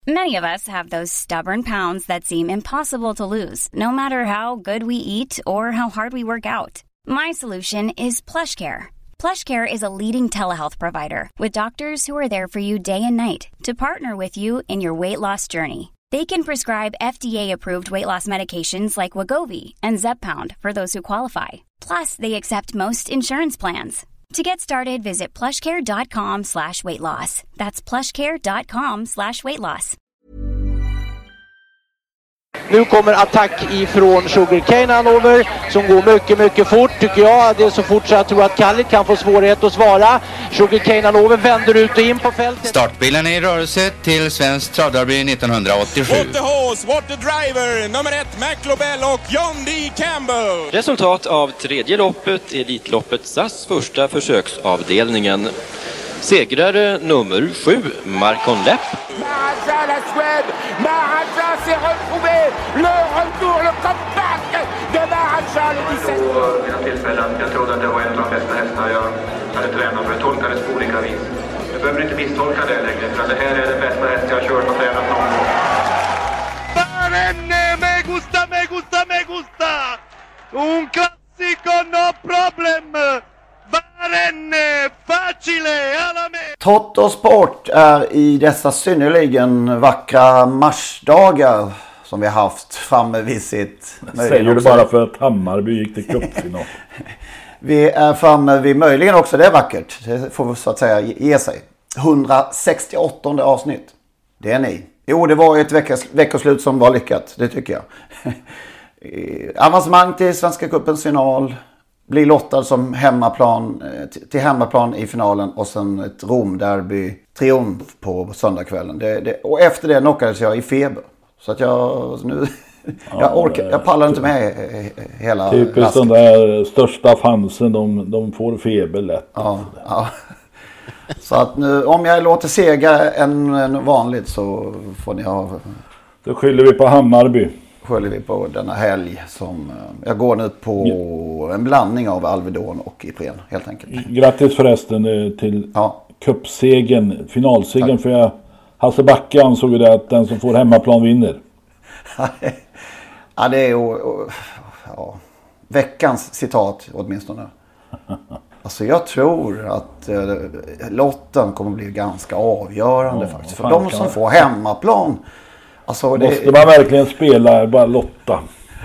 Many of us have those stubborn pounds that seem impossible to lose, no matter how good we eat or how hard we work out. My solution is PlushCare. PlushCare is a leading telehealth provider with doctors who are there for you day and night to partner with you in your weight loss journey. They can prescribe FDA-approved weight loss medications like Wegovy and Zepbound for those who qualify. Plus, they accept most insurance plans. To get started, visit plushcare.com/weightloss. That's plushcare.com/weightloss. Nu kommer attack ifrån Sugarcane Hanover som går mycket, mycket fort tycker jag. Det är så fort så jag tror att Kallit kan få svårighet att svara. Sugarcane Hanover vänder ut och in på fältet. Startbilen är i rörelse till Svensk Travderby 1987. What the horse, what the driver, nummer 1 McLobell och John D. Campbell. Resultat av tredje loppet, Elitloppet SAS första försöksavdelningen. Segrare nummer 7, Marcon Lepp. Maharaja, la Suède, Maharaja s'est retrouvé, le retour, le comeback de Maharaja, le 17. Jag trodde att det var en av de bästa hästarna jag hade tränat, för det tolkades på olika vis. Du behöver inte misstolka det längre, för det här är den bästa häst jag har kört och tränat någon gång. Barenne, me gusta, me gusta, me gusta! Un classico, no problem! Barenne, facile, alla me! Toto Sport är i dessa synnerligen vackra marsdagar som vi har haft framme vid sitt... Säger du bara för att Hammarby gick till cupfinal? Vi är framme vid möjligen också, det är vackert. Det får vi så att säga ge sig. 168 avsnitt. Det är ni. Jo, det var ett veckoslut som var lyckat, det tycker jag. Avancemang till Svenska cupens final. Blir lottad som hemmaplan till hemmaplan i finalen och sen ett Rom-derby triumf på söndagskvällen. Och efter det knockades jag i feber. Så att jag pallar inte med hela typiskt den där största fansen, de får feber lätt. Ja. Så att nu, om jag låter sega än vanligt så får ni ha... Då skyller vi på Hammarby. Skyller vi på denna helg som jag går nu på en blandning av Alvedon och Ipren helt enkelt. Grattis förresten till cupsegen, finalsegen. För Hasse Backe ansåg ju det att den som får hemmaplan vinner. Ja, det är ju veckans citat åtminstone. Alltså jag tror att lotten kommer bli ganska avgörande faktiskt. För de som får hemmaplan. Alltså måste man verkligen spela bara lotta?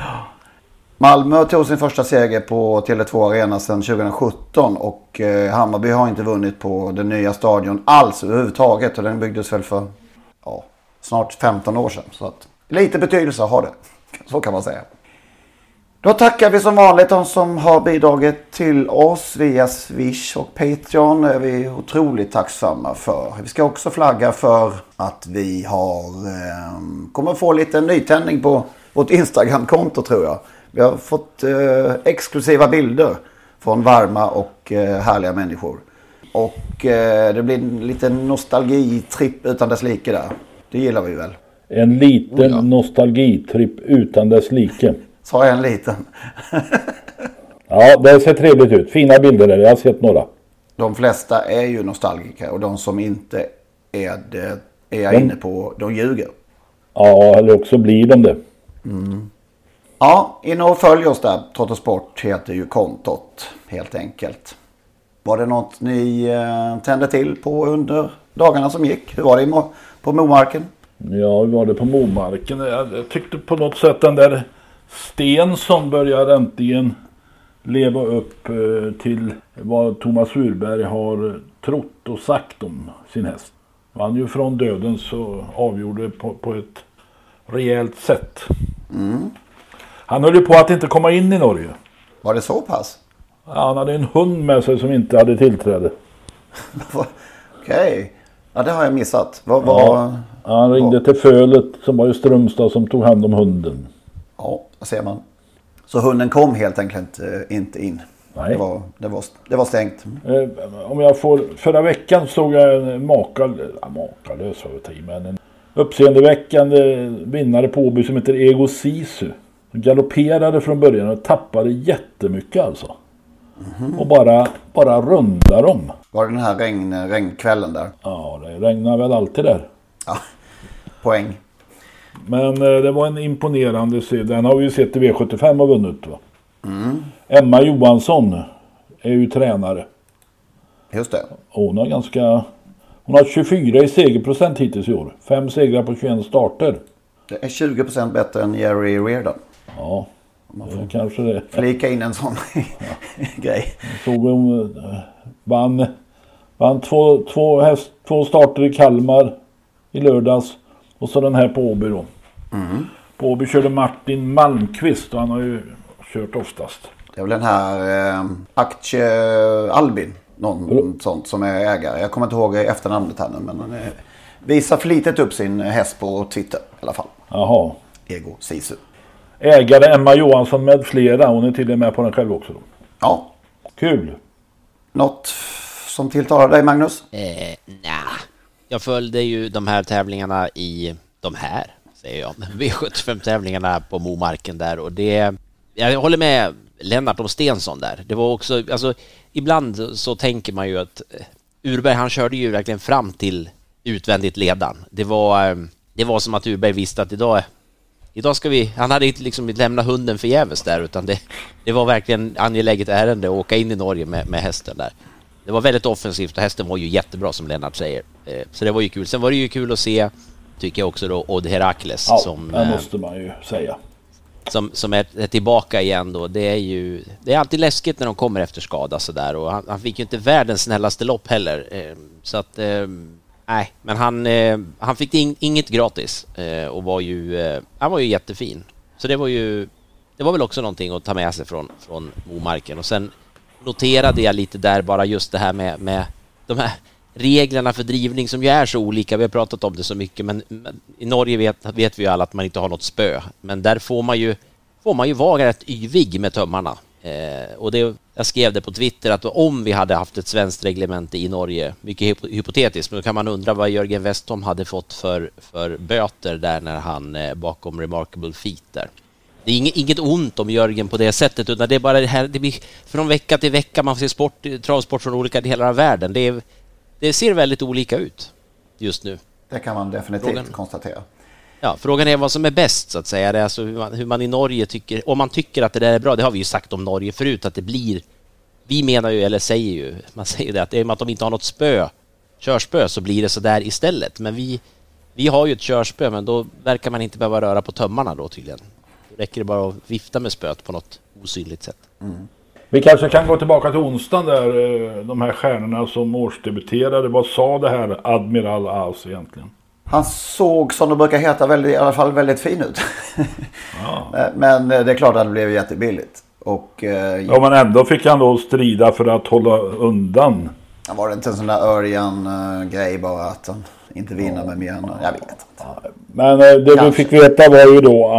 Malmö tog sin första seger på Tele2 Arena sedan 2017 och Hammarby har inte vunnit på den nya stadion alls överhuvudtaget och den byggdes väl för snart 15 år sedan. Så att, lite betydelse har det, så kan man säga. Då tackar vi som vanligt de som har bidragit till oss via Swish och Patreon. Det är vi otroligt tacksamma för. Vi ska också flagga för att vi kommer få lite nytändning på vårt Instagram-konto tror jag. Vi har fått exklusiva bilder från varma och härliga människor. Och det blir en liten nostalgitripp utan dess like där. Det gillar vi väl. En liten nostalgitripp utan dess like. Så en liten. Ja, det ser trevligt ut. Fina bilder där, jag har sett några. De flesta är ju nostalgiker och de som inte är det är jag inne på, de ljuger. Ja, eller också blir de det. Mm. Ja, in och följ oss där. Toto Sport heter ju kontot helt enkelt. Var det något ni tände till på under dagarna som gick? Hur var det på Momarken? Ja, hur var det på Momarken? Jag tyckte på något sätt den där Sten som börjar äntligen leva upp till vad Thomas Urberg har trott och sagt om sin häst. Han ju från döden så avgjorde på ett rejält sätt. Mm. Han höll ju på att inte komma in i Norge. Var det så pass? Ja, han hade en hund med sig som inte hade tillträde. Okej. Ja, det har jag missat. Han ringde till Fölet som var i Strömstad som tog hand om hunden. Ja, det ser man. Så hunden kom helt enkelt inte in. Nej. Det var stängt. Om jag får, förra veckan såg jag en makalös men en uppseendeväckande vinnare på Åby som heter Ego Sisu. Galopperade från början och tappade jättemycket alltså. Mm-hmm. Och bara rundar dem. Var det den här regnkvällen där? Ja, det regnar väl alltid där. Ja. poäng. Men det var en imponerande serie. Den har vi ju sett i V75 och vunnit, va? Emma Johansson är ju tränare. Just det. Hon har 24 i segerprocent hittills i år. 5 segrar på 21 starter. Det är 20% bättre än Jerry Reardon. Ja, kanske det. Flika in en sån grej. Såg hon vann två starter i Kalmar i lördags. Och så den här på Åby då. På Åby körde Martin Malmqvist och han har ju kört oftast. Det är väl den här Aktie Albin. Någon sånt som är ägare. Jag kommer inte ihåg efternamnet här nu, men han visar flitigt upp sin häst på Twitter i alla fall. Jaha. Ego Sisu. Ägare Emma Johansson med flera. Hon är till och med på den själv också då. Ja. Kul. Något som tilltalar dig, Magnus? Nej. Jag följde ju de här tävlingarna i V75-tävlingarna på Momarken där, och jag håller med Lennart om Stensson där. Det var också, alltså ibland så tänker man ju att Urberg, han körde ju verkligen fram till utvändigt ledan. Det var som att Urberg visste att idag ska vi, han hade inte liksom lämna hunden förgäves där, utan det var verkligen angeläget ärende att åka in i Norge med hästen där. Det var väldigt offensivt och hästen var ju jättebra som Lennart säger. Så det var ju kul. Sen var det ju kul att se, tycker jag också då, Odd Herakles. Ja, som, det måste man ju säga. Som är tillbaka igen då. Det är alltid läskigt när de kommer efter skada så där, och han fick ju inte världens snällaste lopp heller. Så att nej, men han fick inget gratis och han var ju jättefin. Så det var väl också någonting att ta med sig från Momarken. Och sen noterade jag lite där bara just det här med de här reglerna för drivning som ju är så olika. Vi har pratat om det så mycket, men i Norge vet vi ju alla att man inte har något spö. Men där får man ju vara rätt yvig med tömmarna. Och jag skrev det på Twitter att om vi hade haft ett svenskt reglement i Norge, mycket hypotetiskt, men då kan man undra vad Jörgen Westholm hade fått för böter där när han bakom Remarkable Feet där. Det är inget ont om Jörgen på det sättet, utan det är bara det här, det blir från vecka till vecka, man ser travsport från olika delar av världen. Det ser väldigt olika ut just nu. Det kan man definitivt konstatera. Ja, frågan är vad som är bäst så att säga. Det är alltså hur man i Norge tycker, om man tycker att det där är bra, det har vi ju sagt om Norge förut, att det blir, vi menar ju, eller säger ju, man säger det, att det är med att de inte har något körspö, så blir det så där istället. Men vi har ju ett körspö, men då verkar man inte behöva röra på tömmarna då tydligen. Då räcker det bara att vifta med spöet på något osynligt sätt. Vi kanske kan gå tillbaka till onsdagen där, de här stjärnorna som årsdebuterade. Vad sa det här Admiral As egentligen? Han såg, som det brukar heta, i alla fall väldigt fin ut. Ja. Men det är klart att det blev jättebilligt. Ja, men ändå fick han då strida för att hålla undan. Var det inte en sån där Örjan-grej bara att han inte vinner med mer än, jag vet inte. Men det vi fick veta var ju då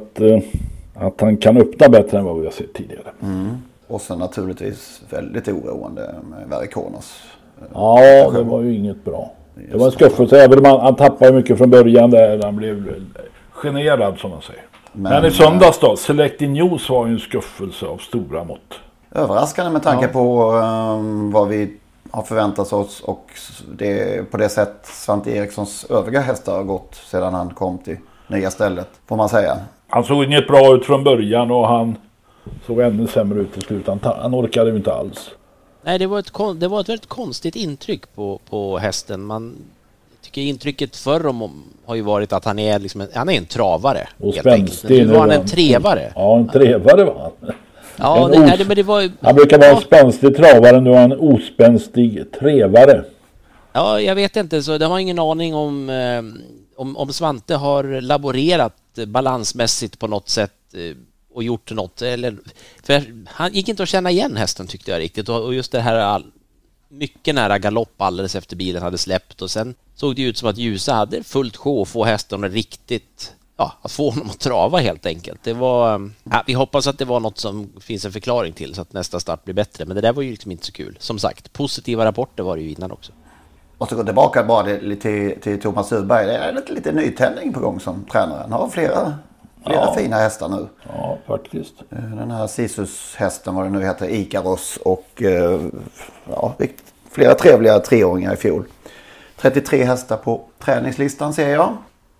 att han kan öppna bättre än vad vi har sett tidigare. Och sen naturligtvis väldigt oroande med Verikonos. Ja, det var ju inget bra. Det var en skuffelse, även om han tappade mycket från början där. Han blev generad som man säger. Men i söndags då, Selecting News var ju en skuffelse av stora mått. Överraskande med tanke på vad vi har förväntat oss, och det på det sätt Svante Erikssons övriga hästar har gått sedan han kom till nya stället, får man säga. Han såg inget bra ut från början och han såg ännu sämre ut till slut. Han orkade ju inte alls. Nej, det var ett väldigt konstigt intryck på hästen. Man tycker intrycket förr har ju varit att han är han är en travare. Och spänstig. Nu var han en trevare. Ja, en trevare var han. Ja, men det var... Han brukar vara en spänstig travare, nu var han en ospänstig trevare. Ja, jag vet inte, så det har ingen aning om Svante har laborerat balansmässigt på något sätt och gjort något, eller för han gick inte att känna igen hästen, tyckte jag riktigt, och just det här mycket nära galopp alldeles efter bilen hade släppt, och sen såg det ut som att Ljusa hade fullt sjå att få hästen riktigt, att få honom att trava helt enkelt. Det var, vi hoppas att det var något som finns en förklaring till så att nästa start blir bättre, men det där var ju liksom inte så kul. Som sagt, positiva rapporter var det ju innan också. Måste gå tillbaka bara till Thomas Urberg. Det är lite nytändning på gång som tränare. Han har flera fina hästar nu. Ja, faktiskt. Den här Sisus-hästen, vad det nu heter, Ikaros, och flera trevliga treåringar i fjol. 33 hästar på träningslistan ser jag.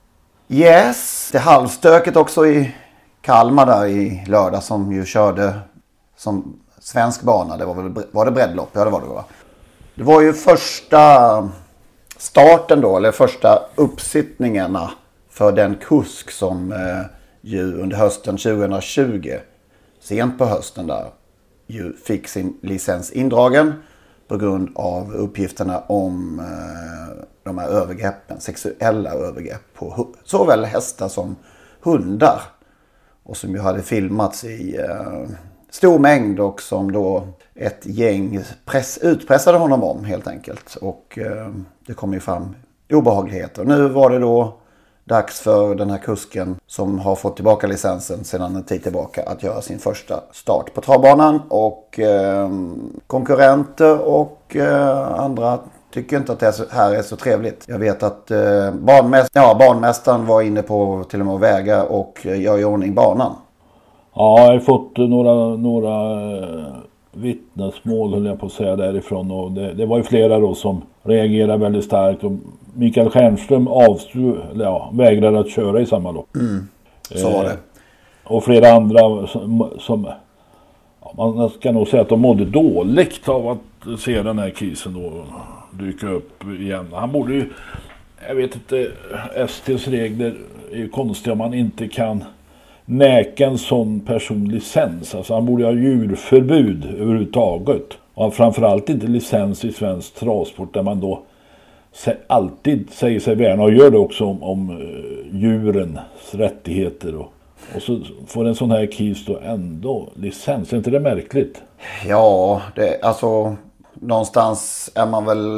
Yes, det är halvstöket också i Kalmar där i lördag som ju körde som svensk bana. Det var det breddlopp? Ja, det var det, va? Det var ju första starten då, eller första uppsittningarna för den kusk som ju under hösten 2020, sent på hösten där, ju fick sin licens indragen på grund av uppgifterna om de här övergreppen, sexuella övergrepp på såväl hästar som hundar. Och som ju hade filmats i stor mängd och som då ett gäng utpressade honom om helt enkelt. Och det kom ju fram obehagligheter. Nu var det då dags för den här kusken som har fått tillbaka licensen sedan en tid tillbaka att göra sin första start på travbanan. Och konkurrenter och andra tycker inte att det här är så trevligt. Jag vet att banmästaren var inne på till och med att väga och göra i ordning banan. Ja, jag har fått några vittnesmål, höll jag på att säga, därifrån. Och det var ju flera då som reagerade väldigt starkt. Och Mikael Stjernström vägrade att köra i samma lopp. Så var det. Och flera andra som man ska nog säga att de mådde dåligt av att se den här krisen då dyka upp igen. Han borde ju, jag vet inte, ST:s regler är ju konstiga om man inte kan näka en sån person licens. Alltså han borde ha djurförbud överhuvudtaget. Och framförallt inte licens i svensk travsport där man då alltid säger sig värna och gör det också om djurens rättigheter. Och så får en sån här kis då ändå licens. Är inte det märkligt? Ja, alltså någonstans är man väl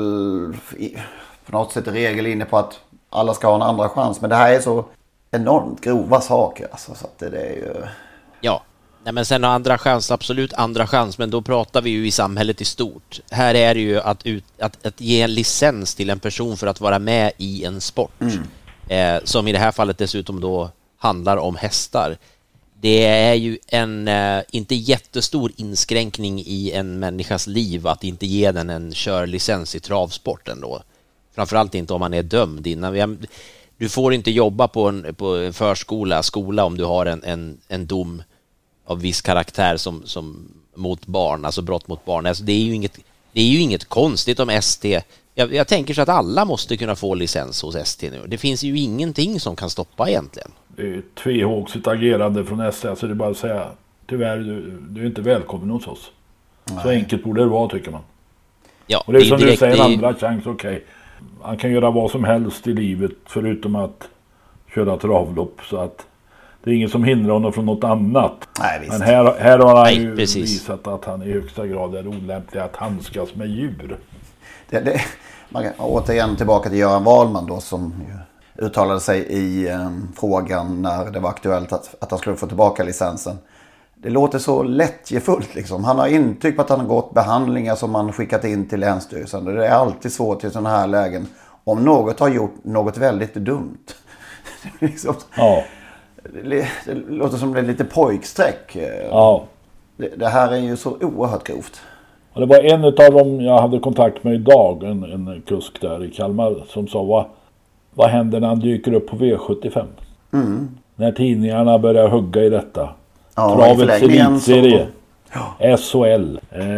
på något sätt regel inne på att alla ska ha en andra chans. Men det här är så enormt grova saker. Alltså, så att det är ju... Ja, nej, men sen andra chans, absolut andra chans. Men då pratar vi ju i samhället i stort. Här är det ju att ge en licens till en person för att vara med i en sport. Som i det här fallet dessutom då handlar om hästar. Det är ju en inte jättestor inskränkning i en människas liv att inte ge den en körlicens i travsporten då. Framförallt inte om man är dömd innan. Du får inte jobba på en skola om du har en dom av viss karaktär som mot barn, alltså brott mot barn. Alltså det är ju inget konstigt om ST. Jag tänker så att alla måste kunna få licens hos ST nu. Det finns ju ingenting som kan stoppa egentligen. Det är tvehågset agerande från ST, så det är bara att säga tyvärr, du är inte välkommen hos oss. Nej. Så enkelt borde det vara, tycker man. Ja, och det är som du säger, en andra chans, okej. Han kan göra vad som helst i livet förutom att köra travlopp, så att det är ingen som hindrar honom från något annat. Nej, visst. Men här har han ju visat att han i högsta grad är olämplig att handskas med djur. Man kan återigen tillbaka till Göran Wahlman då, som uttalade sig i frågan när det var aktuellt att han skulle få tillbaka licensen. Det låter så lättjefullt liksom. Han har intyg på att han har gått behandlingar som man skickat in till Länsstyrelsen. Det är alltid svårt i sådana här lägen om något har gjort något väldigt dumt. Liksom. Ja. Det låter som det är lite pojksträck. Ja. Det här är ju så oerhört grovt. Och det var en av dem jag hade kontakt med idag, en kusk där i Kalmar, som sa vad händer när han dyker upp på V75? När tidningarna börjar hugga i detta. Ja, Travets elitserie. Ja. SHL.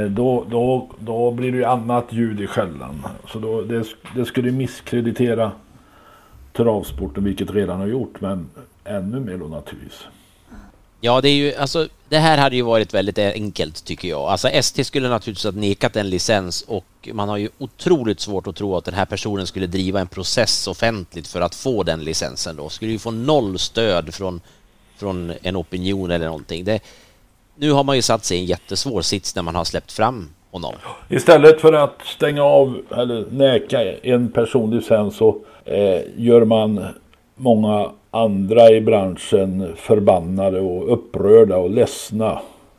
Då blir det ju annat ljud i skällan. Så det skulle misskreditera travsporten, vilket redan har gjort, men ännu mer då naturligtvis. Ja, det är ju, alltså, det här hade ju varit väldigt enkelt tycker jag. Alltså ST skulle naturligtvis ha nekat en licens och man har ju otroligt svårt att tro att den här personen skulle driva en process offentligt för att få den licensen då. Skulle ju få noll stöd från en opinion eller någonting. Nu har man ju satt sig i en jättesvår sits när man har släppt fram honom. Istället för att stänga av eller näka en person licens så gör man många andra i branschen förbannade och upprörda och ledsna.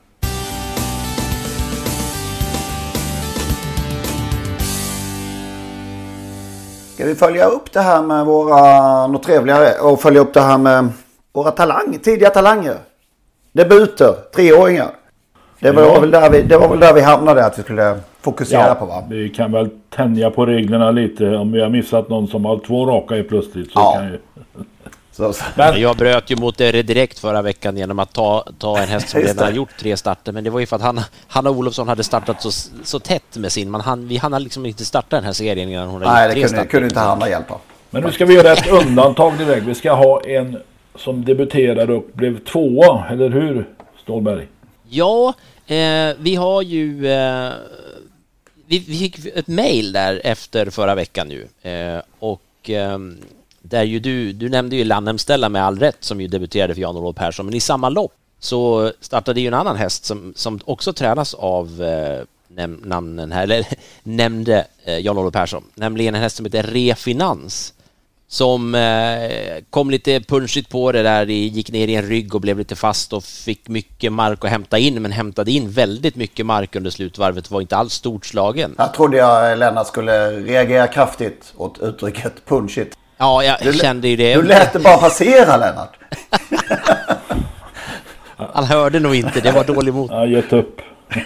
Ska vi följa upp det här med något trevligare och följa upp det här med våra tidiga talanger? Debuter, 3-åringar. Det var väl där vi hamnade, att vi skulle fokusera på, va? Vi kan väl tänja på reglerna lite. Om vi har missat någon som har 2 raka i plötsligt så kan ju... Men jag bröt ju mot det direkt förra veckan genom att ta en häst som redan har gjort 3 starter. Men det var ju för att Hanna Olofsson hade startat så tätt med sin. Men vi hann liksom inte starta den här serien innan hon hade gjort 3 starter. Nej, det kunde inte Hanna hjälpa. Men nu ska vi göra ett undantag direkt. Vi ska ha en som debuterade och blev 2, eller hur, Stålberg? Ja, vi har ju... vi fick ett mejl där efter förra veckan nu. Där ju du nämnde ju Landhemställa med all rätt som ju debuterade för Jan-Olof Persson. Men i samma lopp så startade ju en annan häst som också tränas av namnen här, eller nämnde Jan-Olof Persson. Nämligen en häst som heter Refinans. Som kom lite punchigt på det där, gick ner i en rygg och blev lite fast och fick mycket mark att hämta in, men hämtade in väldigt mycket mark under slutvarvet, var inte alls stort slagen. Jag trodde Lennart skulle reagera kraftigt åt uttrycket punchigt. Ja, jag kände ju det. Du lät det bara passera, Lennart. Han hörde nog inte, det var dålig mot. Jag gett upp.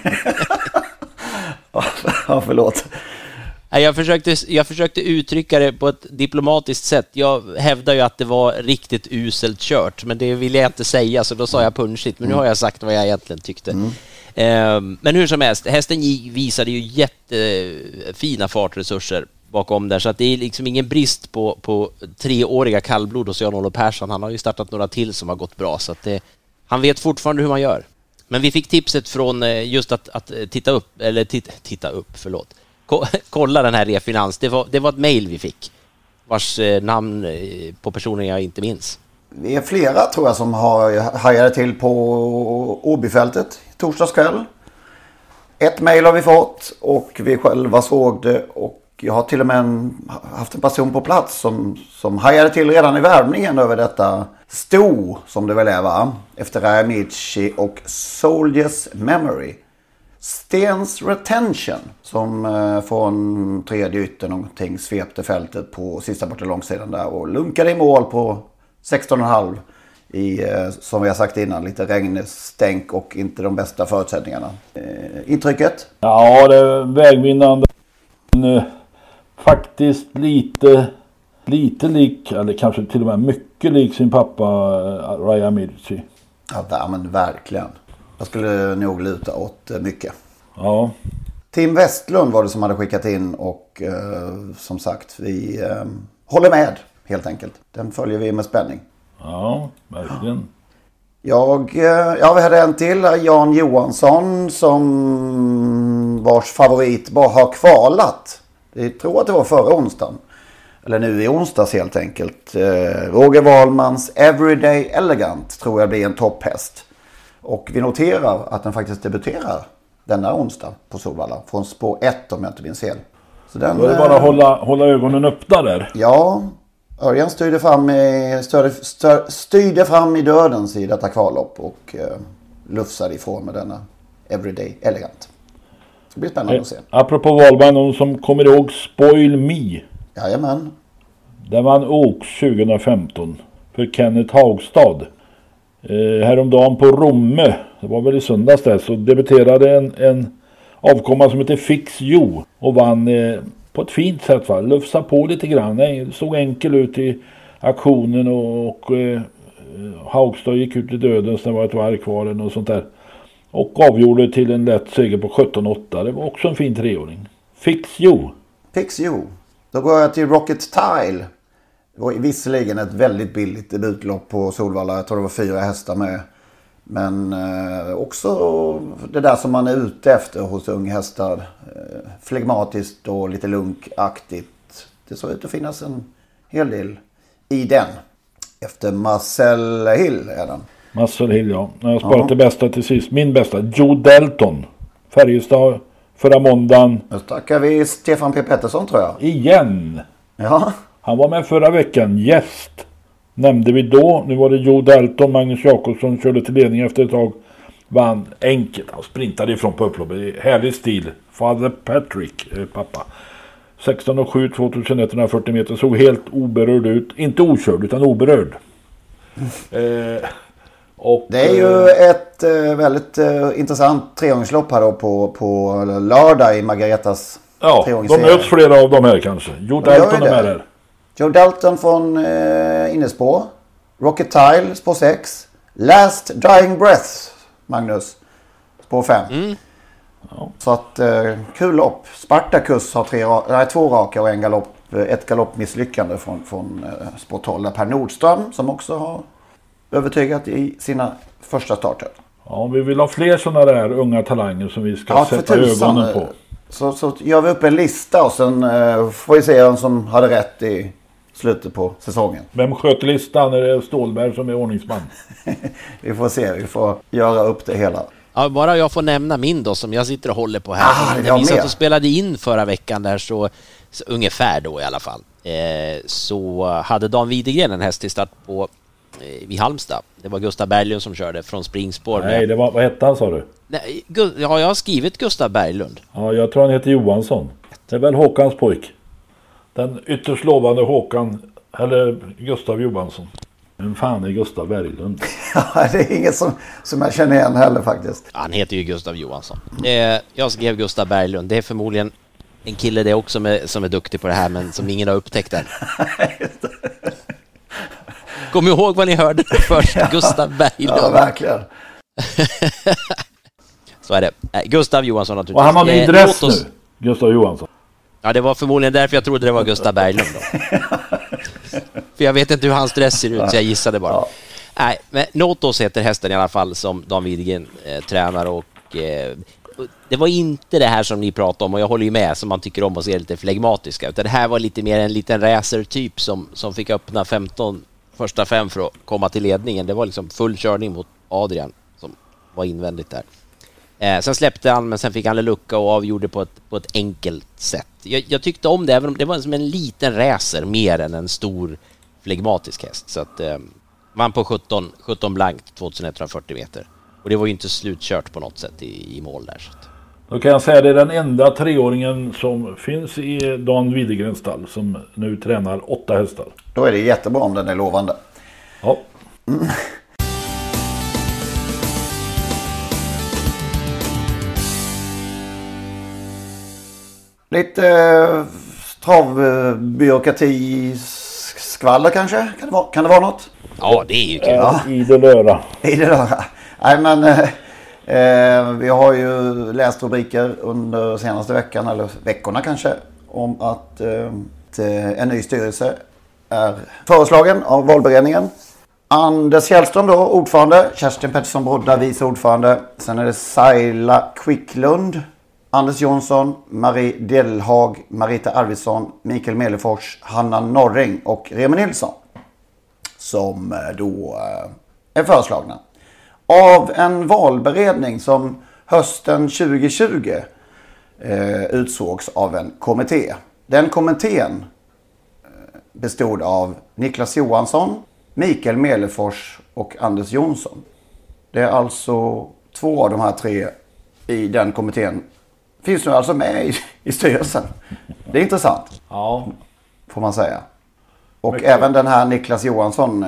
Ja, förlåt. Jag försökte uttrycka det på ett diplomatiskt sätt. Jag hävdar ju att det var riktigt uselt kört, men det ville jag inte säga, så då sa jag punchigt. Men nu har jag sagt vad jag egentligen tyckte. Men hur som helst, hästen visade ju jättefina fartresurser bakom där, så att det är liksom ingen brist på 3-åriga kallblod hos Jan-Olof Persson. Han har ju startat några till som har gått bra, så att han vet fortfarande hur man gör. Men vi fick tipset från just att kolla den här Refinans. Det var ett mejl vi fick, vars namn på personen jag inte minns. Vi är flera, tror jag, som har hajat till på Åbyfältet torsdagskväll. Ett mejl har vi fått och vi själva såg det, och jag har till och med haft en person på plats som hajade till redan i värvningen över detta sto, som det väl är, va? Efter Rajamici och Soldiers Memory. Stens Retention, som från tredje ytter någonting svepte fältet på sista borta långsidan där och lunkade i mål på 16,5 i, som vi har sagt innan, lite regnstänk och inte de bästa förutsättningarna. Intrycket? Ja, det är vägvinnande. Faktiskt lite lik, eller kanske till och med mycket lik sin pappa Rajamici. Ja, men verkligen. Jag skulle nog luta åt mycket. Ja. Tim Westlund var det som hade skickat in, och som sagt, vi håller med helt enkelt. Den följer vi med spänning. Ja, verkligen. Vi hade en till, Jan Johansson, som vars favorit bara har kvalat. Jag tror att det var förra onsdagen. Eller nu i onsdags helt enkelt. Roger Wahlmans Everyday Elegant tror jag blir en topphäst. Och vi noterar att den faktiskt debuterar denna onsdag på Solvalla. Från spår 1 om jag inte minns fel. Så den, då är det bara hålla ögonen öppna där. Ja, Örjan styrde fram i dödens i detta kvallopp och lufsade ifrån med denna Everyday Elegant. Det blir spännande att se. Apropå Wahlman, någon som kommer ihåg Spoil Me. Jajamän. Där vann Oaks 2015 för Kenneth Haugstad. Häromdagen på Romme, det var väl i söndags där, så debuterade en avkomma som heter Fix You och vann på ett fint sätt, va? Lufsa på lite grann, såg enkel ut i aktionen och Haugstad gick ut i döden, sen var ett varv kvar och sånt där. Och avgjorde till en lätt seger på 17-8. Det var också en fin 3-åring. Fix You. Fix You. Då går jag till Rocket Tile. Det var visserligen ett väldigt billigt debutlopp på Solvalla. Jag tror det var 4 hästar med. Men också det där som man är ute efter hos unghästar. Flegmatiskt och lite lunkaktigt. Det såg ut att finnas en hel del i den. Efter Marcel Hill är den. Marcel Hill, ja. Jag har sparat det bästa till sist. Min bästa, Joe Dalton. Färjestad förra måndagen. Nu snackar vi Stefan P. Pettersson, tror jag. Igen. Ja. Han var med förra veckan. Gäst. Nämnde vi då. Nu var det Joe Dalton. Magnus Jakobsson körde till ledning efter ett tag. Vann enkelt. Han sprintade ifrån på upploppet. Härlig stil. Father Patrick, pappa. 16,7, 2140 meter. Såg helt oberörd ut. Inte okörd utan oberörd. Det är ju ett väldigt intressant treåringslopp här då på lördag i Margaretas treåringsserie. De möts flera av de här kanske. Joe Dalton är med där. Joe Dalton från Innespå. Rocket Tile spår 6. Last Dying Breath, Magnus, spår 5. Ja. Så att kul lopp. Spartacus har 2 raka och ett galoppmisslyckande från spår 12. Per Nordström som också har övertygat i sina första starter. Ja, om vi vill ha fler sådana där unga talanger som vi ska sätta ögonen på. Så gör vi upp en lista och sen får vi se vem som hade rätt i slutet på säsongen. Vem sköter listan? Är det Stålberg som är ordningsman? Vi får se, vi får göra upp det hela. Ja, bara jag får nämna min då som jag sitter och håller på här. När vi satt och spelade in förra veckan där så ungefär då i alla fall. Så hade Dan Widegren en häst i start på vid Halmstad. Det var Gustav Berglund som körde från springspår. Nej, det var, vad hette han sa du? Nej, ja, jag har skrivit Gustav Berglund. Ja, jag tror han heter Johansson. Det är väl Håkans pojk. Den ytterst lovande Håkan, eller Gustav Johansson. Men fan är Gustav Berglund? Ja, det är inget som jag känner igen heller faktiskt. Han heter ju Gustav Johansson. Jag skrev Gustav Berglund. Det är förmodligen en kille det också som är duktig på det här men som ingen har upptäckt än. Kom ihåg vad ni hörde först. Gustav Berglund. Ja, verkligen. Så är det. Gustav Johansson naturligtvis. Och han har min dress nu. Gustav Johansson. Ja, det var förmodligen därför jag trodde det var Gustav Berglund då. För jag vet inte hur hans dress ser ut så jag gissade bara. Ja. Nej, men Notos heter hästen i alla fall som Dan Widegren tränar och det var inte det här som ni pratade om och jag håller ju med som man tycker om att se lite flegmatiska utan det här var lite mer en liten racertyp som fick öppna 15 första 5 för att komma till ledningen. Det var liksom full körning mot Adrian som var invändigt där. Sen släppte han men sen fick han en lucka och avgjorde på ett enkelt sätt. Jag tyckte om det även om det var som en liten racer mer än en stor flegmatisk häst. Så att man på 17 blankt 2140 meter. Och det var ju inte slutkört på något sätt i mål där. Så att. Då kan jag säga att det är den enda 3-åringen som finns i Dan Widegrens stall som nu tränar 8 hästar. Då är det jättebra om den är lovande. Ja. Lite travbyråkrati skvaller kanske? Kan det vara något? Ja, det är ju kul. Ja. Idelöra. Nej men vi har ju läst rubriker under senaste veckan eller veckorna kanske om att en ny styrelse är föreslagen av valberedningen. Anders Källström då, ordförande. Kerstin Pettersson Brodda, vice ordförande. Sen är det Saila Quicklund, Anders Jonsson, Marie Delhag, Marita Arvidsson, Mikael Melefors, Hanna Norring och Remi Nilsson som då är föreslagna av en valberedning som hösten 2020 utsågs av en kommitté. Den kommittén bestod av Niklas Johansson, Mikael Melefors och Anders Jonsson. Det är alltså 2 av de här 3 i den kommittén finns nu alltså med i styrelsen. Det är intressant. Ja. Får man säga. Och även den här Niklas Johansson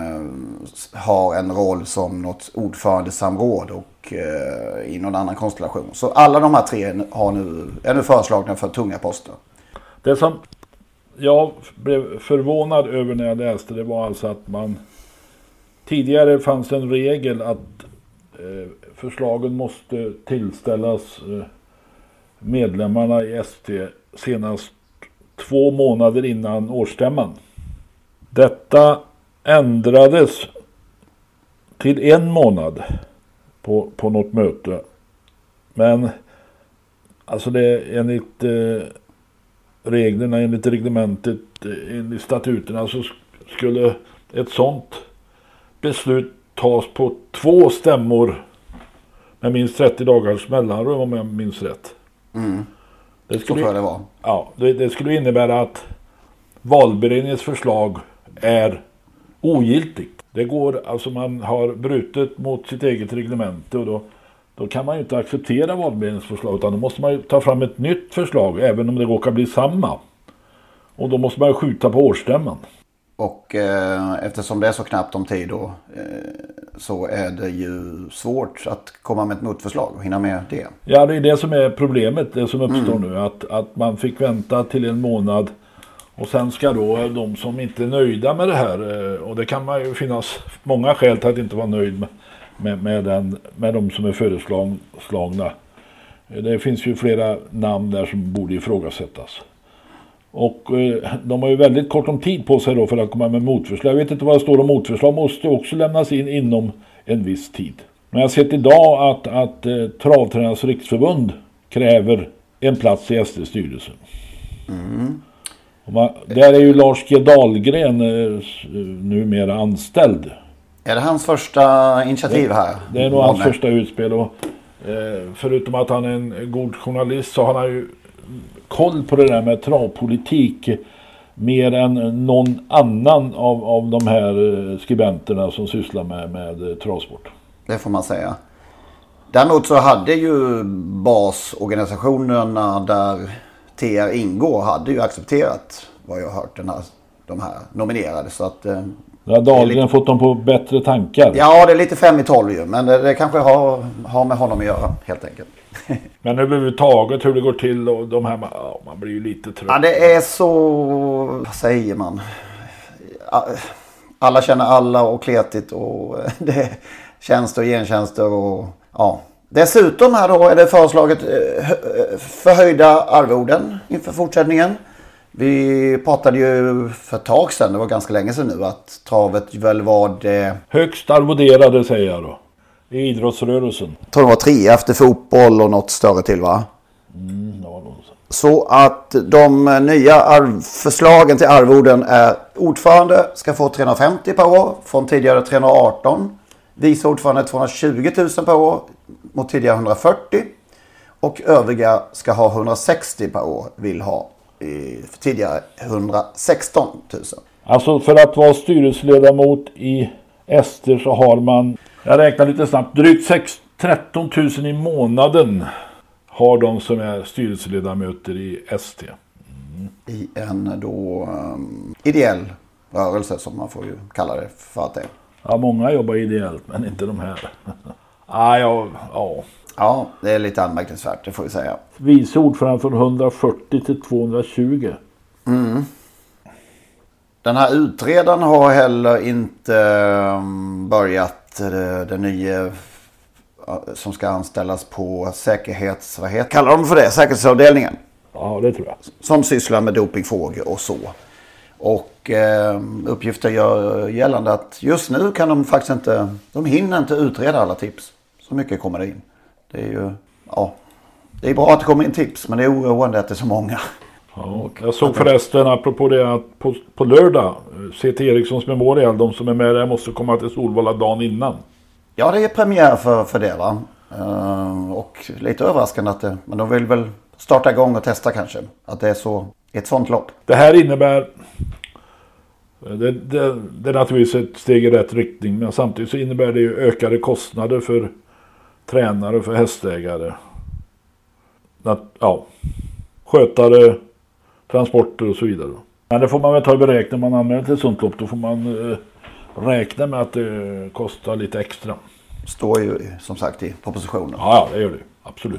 har en roll som något ordförandesamråd och i någon annan konstellation. Så alla de här 3 är nu föreslagna för tunga poster. Det som jag blev förvånad över när jag läste det var alltså att tidigare fanns en regel att förslagen måste tillställas medlemmarna i ST senast 2 månader innan årsstämman. Detta ändrades till 1 månad på något möte. Men alltså det enligt reglerna, enligt reglementet, enligt statuterna så skulle ett sånt beslut tas på 2 stämmor med minst 30 dagars mellanrum om jag minns rätt. Det skulle, så tror jag det var. Ja, det skulle innebära att valberedningens förslag är ogiltigt. Det går, alltså man har brutit mot sitt eget reglemente och då kan man ju inte acceptera valberedningens förslag utan då måste man ju ta fram ett nytt förslag även om det råkar bli samma. Och då måste man ju skjuta på årsstämman. Och eftersom det är så knappt om tid då så är det ju svårt att komma med ett motförslag och hinna med det. Ja, det är det som är problemet, det som uppstår nu. Att man fick vänta till 1 månad Och sen ska då de som inte är nöjda med det här, och det kan man ju finnas många skäl till att inte vara nöjd med de som är föreslagna. Det finns ju flera namn där som borde ifrågasättas. Och de har ju väldigt kort om tid på sig då för att komma med motförslag. Jag vet inte vad det står om motförslag, måste också lämnas in inom en viss tid. Men jag har sett idag att Travtränarnas riksförbund kräver en plats i SD-styrelsen. Där är ju Lars G. Dahlgren numera anställd. Är det hans första initiativ här? Det är nog hans första utspel. Och, förutom att han är en god journalist så har han ju koll på det där med travpolitik mer än någon annan av de här skribenterna som sysslar med travsport. Det får man säga. Däremot så hade ju basorganisationerna där TR ingår hade ju accepterat vad jag har hört de här nominerade. Så att, ja, Dahlgren fått dem på bättre tankar. Ja, det är lite 5-12 ju, men det kanske har med honom att göra helt enkelt. Men överhuvudtaget hur det går till och de här, man blir ju lite trött. Ja, det är så, vad säger man? Alla känner alla och kletigt och det är tjänster och gentjänster och ja. Dessutom här då är det föreslaget förhöjda arvoden inför fortsättningen. Vi pratade ju för ett tag sedan, det var ganska länge sedan nu, att travet väl var det högst arvoderade säger jag då. I idrottsrörelsen. Jag tror det var 3 efter fotboll och något större till va? Så att de nya förslagen till arvoden är ordförande ska få 350 per år från tidigare 318. Vice ordförande 220 000 per år mot tidigare 140. Och övriga ska ha 160 per år, vill ha tidigare 116 000. Alltså för att vara styrelseledamot i Ester så har man, jag räknar lite snabbt, drygt 13 000 i månaden har de som är styrelseledamöter i ST. I en då ideell rörelse som man får ju kalla det för att det är. Ja, många jobbar ideellt men inte de här. Ja, det är lite anmärkningsvärt, det får vi säga. Vice ordförande från 140 till 220. Den här utredaren har heller inte börjat den nya som ska anställas på kallar de för det? Säkerhetsavdelningen. Ja, det tror jag. Som sysslar med dopingfrågor och så. Och uppgifter gör gällande att just nu kan de faktiskt inte, de hinner inte utreda alla tips. Så mycket kommer det in. Det är ju, det är bra att det kommer in tips, men det är oroande att det är så många. Ja, jag såg förresten apropå det att på lördag, C.T. Erikssons Memorial, de som är med där måste komma till Solvalla dagen innan. Ja, det är premiär för det va. Och lite överraskande att men de vill väl starta igång och testa kanske. Att det är så ett sånt lopp. Det här innebär, det är naturligtvis ett steg i rätt riktning, men samtidigt så innebär det ju ökade kostnader för tränare och för hästägare. Skötare, transporter och så vidare. Men det får man väl ta i beräkning när man anmäler till ett sånt lopp. Då får man räkna med att det kostar lite extra. Står ju som sagt i propositionen. Ja, det gör det. Absolut.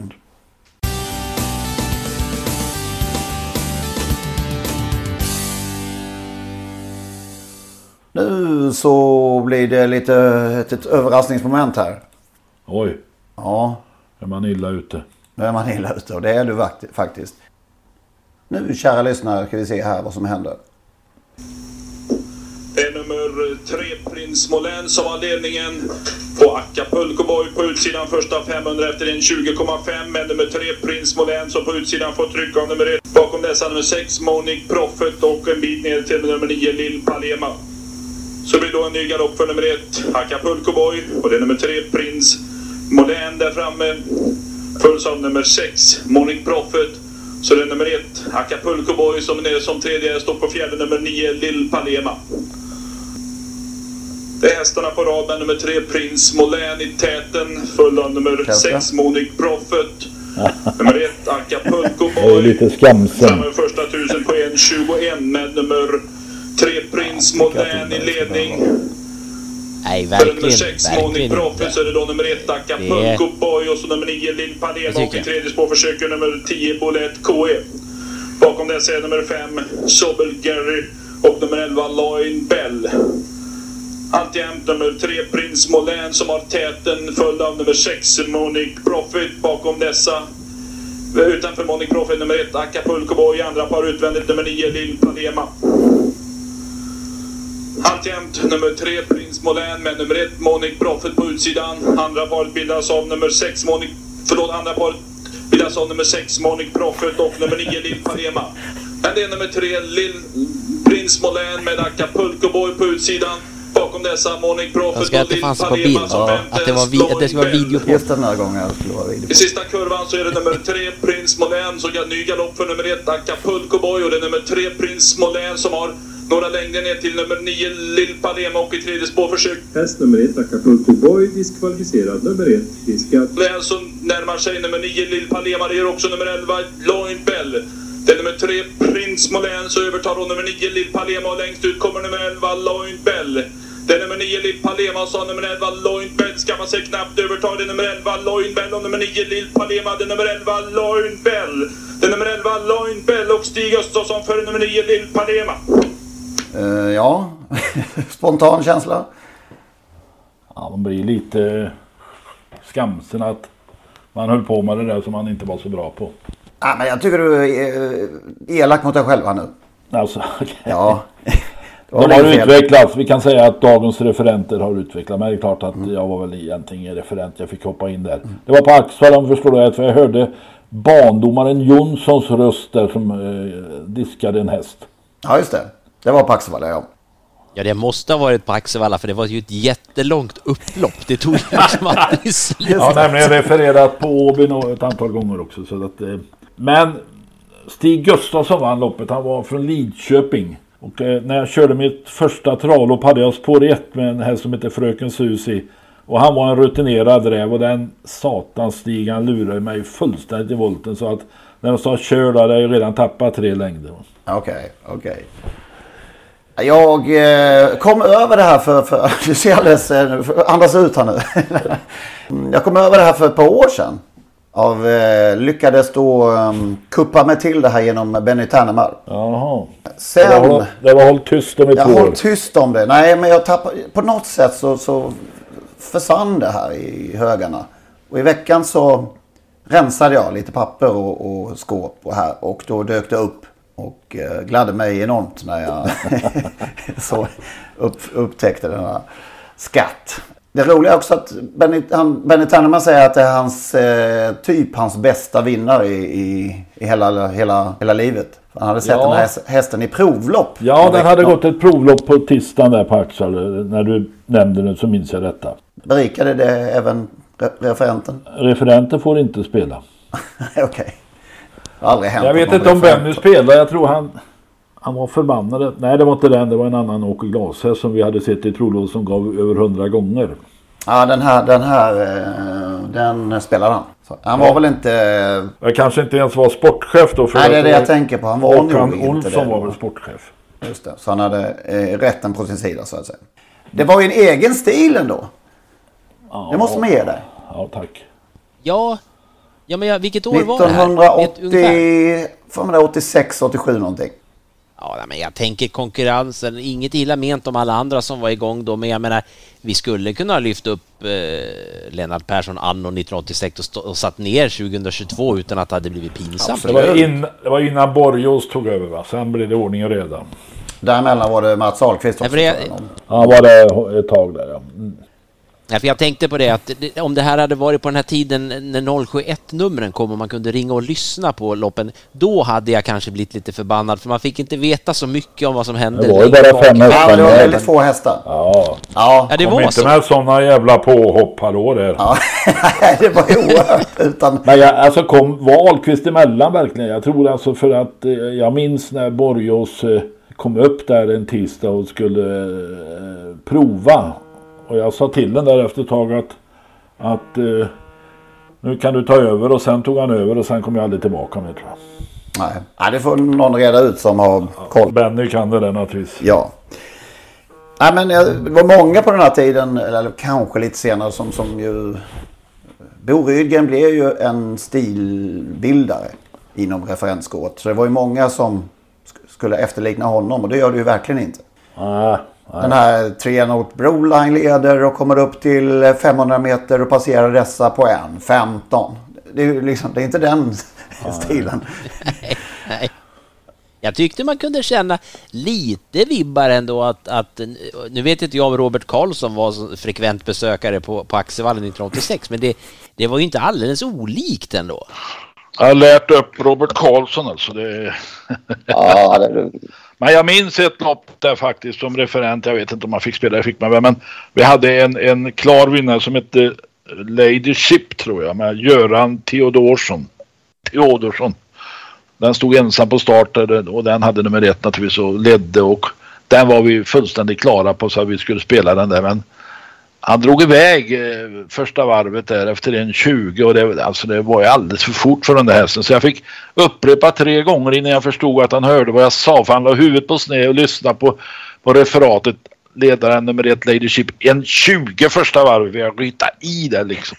Nu så blir det lite ett överraskningsmoment här. Oj. Ja. Är man illa ute? Nu är man illa ute och det är du faktiskt. Nu, kära lyssnare, ska vi se här vad som händer. Det är nummer 3, Prins Molén, som har ledningen på Acapulco Boy på utsidan första 500 efter en 20,5. Men nummer 3, Prins Molén, som på utsidan får tryck av nummer 1. Bakom dessa nummer 6, Monique Prophet, och en bit ner till nummer 9, Lill Palema. Så blir då en ny galopp för nummer 1, Acapulco Boy, och det är nummer 3, Prins Molén där framme. Följs av nummer 6, Monique Prophet. Så det är nummer 1, Acapulco Boy, som är som tredje, står på fjärde nummer 9, Lill Palema. Det är hästarna på rad med nummer 3, Prins Molén i täten. Följd av nummer 6, Monique Prophet. Nummer 1, Acapulco Boy. Det är lite skamsen. Samma första 1000 på 1,21 med nummer 3, Prins Molén i ledning. Nej, verkligen, nummer 6, Monique Prophet, så är det då nummer 1, Acapulco Boy, och så nummer 9, Lill Palema, och i tredje spår försöker nummer 10, Bolett KE. Bakom dessa är nummer 5 Sobel Gary och nummer 11 Loin Bell. Alltjämt nummer 3 Prins Molin som har täten, följd av nummer 6 Monique Profit. Bakom dessa utanför Monique Profit nummer 1 Acapulco Boy, andra par utvändigt nummer 9 Lil Palema. Alltjämt nummer 3 Prins Molin med nummer 1 Monique Profit på utsidan. Andra paret bildas av nummer 6 andra paret bildas av nummer 6 Monique Profit och nummer 9 Lil Palema. Men det är nummer 3 Prins Molin med Acapulco Boy på utsidan. Bakom dessa Monique Profit och Lil Palema som att det ska vara video på. Just den här gången skulle vara video på. I sista kurvan så är det nummer 3 Prins Molin som har ny galopp för nummer 1 Acapulco Boy, och det är nummer 3 Prins Molin som har några längder ner till nummer 9 Lil Palema och i tredje spårförsök. Häst nummer 1 Acapulco Boy diskvalificerad, nummer 1 diskad. Molin som närmar sig nummer 9 Lil Palema, det gör också nummer 11 Loin Bell. Det är nummer 3 Prins Molin så övertar hon nummer 9 Lil Palema och längst ut kommer nummer 11 Loin Bell. Det är nummer 9 Lil Palema och så nummer 11 Loin Bell skaffar sig knappt övertar. Det är nummer 11 Loin Bell och nummer 9 Lil Palema. Det är nummer 11 Loin Bell. Det är nummer 11 Loin Bell och Stig Östersson för nummer 9 Lil Palema. Ja, spontan känsla. Ja, man blir lite skamsen att man höll på med det där som man inte var så bra på. Ja, men jag tycker du är elak mot dig själva nu. Alltså, okay. Ja. De har utvecklats. Vi kan säga att dagens referenter har utvecklats. Men det är klart att jag var väl egentligen referent. Jag fick hoppa in där. Det var på Axvall, om förstår du, för jag hörde bandomaren Jonssons röst där som diskade en häst. Ja, just det. Det var på Axvall, ja. Ja, det måste ha varit på Axevalla, för det var ju ett jättelångt upplopp. Det tog liksom aldrig slut. Jag har nämligen refererat på Åby ett antal gånger också. Så att, men Stig Gustafsson vann loppet. Han var från Lidköping. Och när jag körde mitt första travlopp hade jag spår 1 med en häst som heter Fröken Susi. Och han var en rutinerad räv och den satans Stig, han lurade mig fullständigt i volten. Så att när de sa kör där hade jag redan tappat 3 längder. Okej. Jag kom över det här för du ser alldeles, andas ut här nu. Jag kom över det här för ett par år sedan. Lyckades då kuppa mig till det här genom Benny Tannemar. Jaha. Sen, det var hållt tyst om ett år. Jag har hållit tyst om det. Nej, men jag tappade, på något sätt så försvann det här i högarna. Och i veckan så rensade jag lite papper och skåp och här. Och då dök det upp. Och gladde mig enormt när jag så upptäckte den här skatt. Det roliga är också att Benny Tannerman säger att det är hans bästa vinnare i hela livet. Han hade sett den här hästen i provlopp. Ja, den hade gått ett provlopp på tisdagen där på Axel. När du nämnde det så minns jag detta. Berikade det även referenten? Referenten får inte spela. Okej. Jag vet inte om Benny spelar. Jag tror han var förbannad. Nej, det var inte den. Det var en annan Åke Glashäst som vi hade sett i provlopp som gav över 100 gånger. Ja, den spelade han. Så, han var väl inte... Jag kanske inte ens var sportchef då. Nej, det är det jag tänker på. Han var nog inte Olsson var väl sportchef. Just det, så han hade rätten på sin sida så att säga. Det var ju en egen stil ändå. Ja, det måste man ge dig. Ja, tack. Ja, men vilket år var det här? 1986, 87 någonting. Ja, men jag tänker konkurrensen, inget illa ment om alla andra som var igång då, men jag menar, vi skulle kunna lyfta upp Lennart Persson anno 1986 och satt ner 2022 utan att det hade blivit pinsamt. Det var innan Borgås tog över, va? Sen blev det ordning och reda. Däremellan var det Mats Ahlqvist också. Ja, var det ett tag där, ja. Ja, för jag tänkte på det att om det här hade varit på den här tiden när 071-numren kom och man kunde ringa och lyssna på loppen, då hade jag kanske blivit lite förbannad för man fick inte veta så mycket om vad som hände. Det var ju bara 5 hästar. Ja, det var väldigt få hästar. Ja, det var inte så. Med sådana jävla påhopp, hallå där. Ja, det var ju oerhört. Men var Ahlqvist emellan verkligen? Jag tror alltså för att jag minns när Borgås kom upp där en tisdag och skulle prova. Och jag sa till den där efter ett tag att nu kan du ta över, och sen tog han över och sen kom jag aldrig tillbaka med, tror jag. Nej, det får någon reda ut som har koll. Benny kan det naturligtvis. Ja. Nej, men det var många på den här tiden, eller kanske lite senare, som ju... Bo Rydgren blev ju en stilbildare. inom referensskåret. Så det var ju många som skulle efterlikna honom och det gör det ju verkligen inte. Den här 3 Broline leder och kommer upp till 500 meter och passerar dessa på 1:15. Det är ju liksom, det är inte den stilen. Nej. Jag tyckte man kunde känna lite vibbar ändå att nu vet inte jag om Robert Karlsson var frekvent besökare på Axevallen 1986, men det var ju inte alldeles olikt ändå. Jag har lärt upp Robert Karlsson alltså. Men jag minns ett lopp där faktiskt som referent. Jag vet inte om man fick spela, men vi hade en klar vinnare som hette Lady Ship tror jag, med Göran Theodorsson. Den stod ensam på start och den hade nummer 1 naturligtvis och ledde, och den var vi fullständigt klara på så att vi skulle spela den där, men han drog iväg första varvet där efter 1:20 och det var ju alldeles för fort för den där hästen, så jag fick upprepa 3 gånger innan jag förstod att han hörde vad jag sa, för han la huvudet på sned och lyssnade på referatet. Ledaren nummer 1 Lady Ship 1:20 första varvet, jag ryta i det liksom.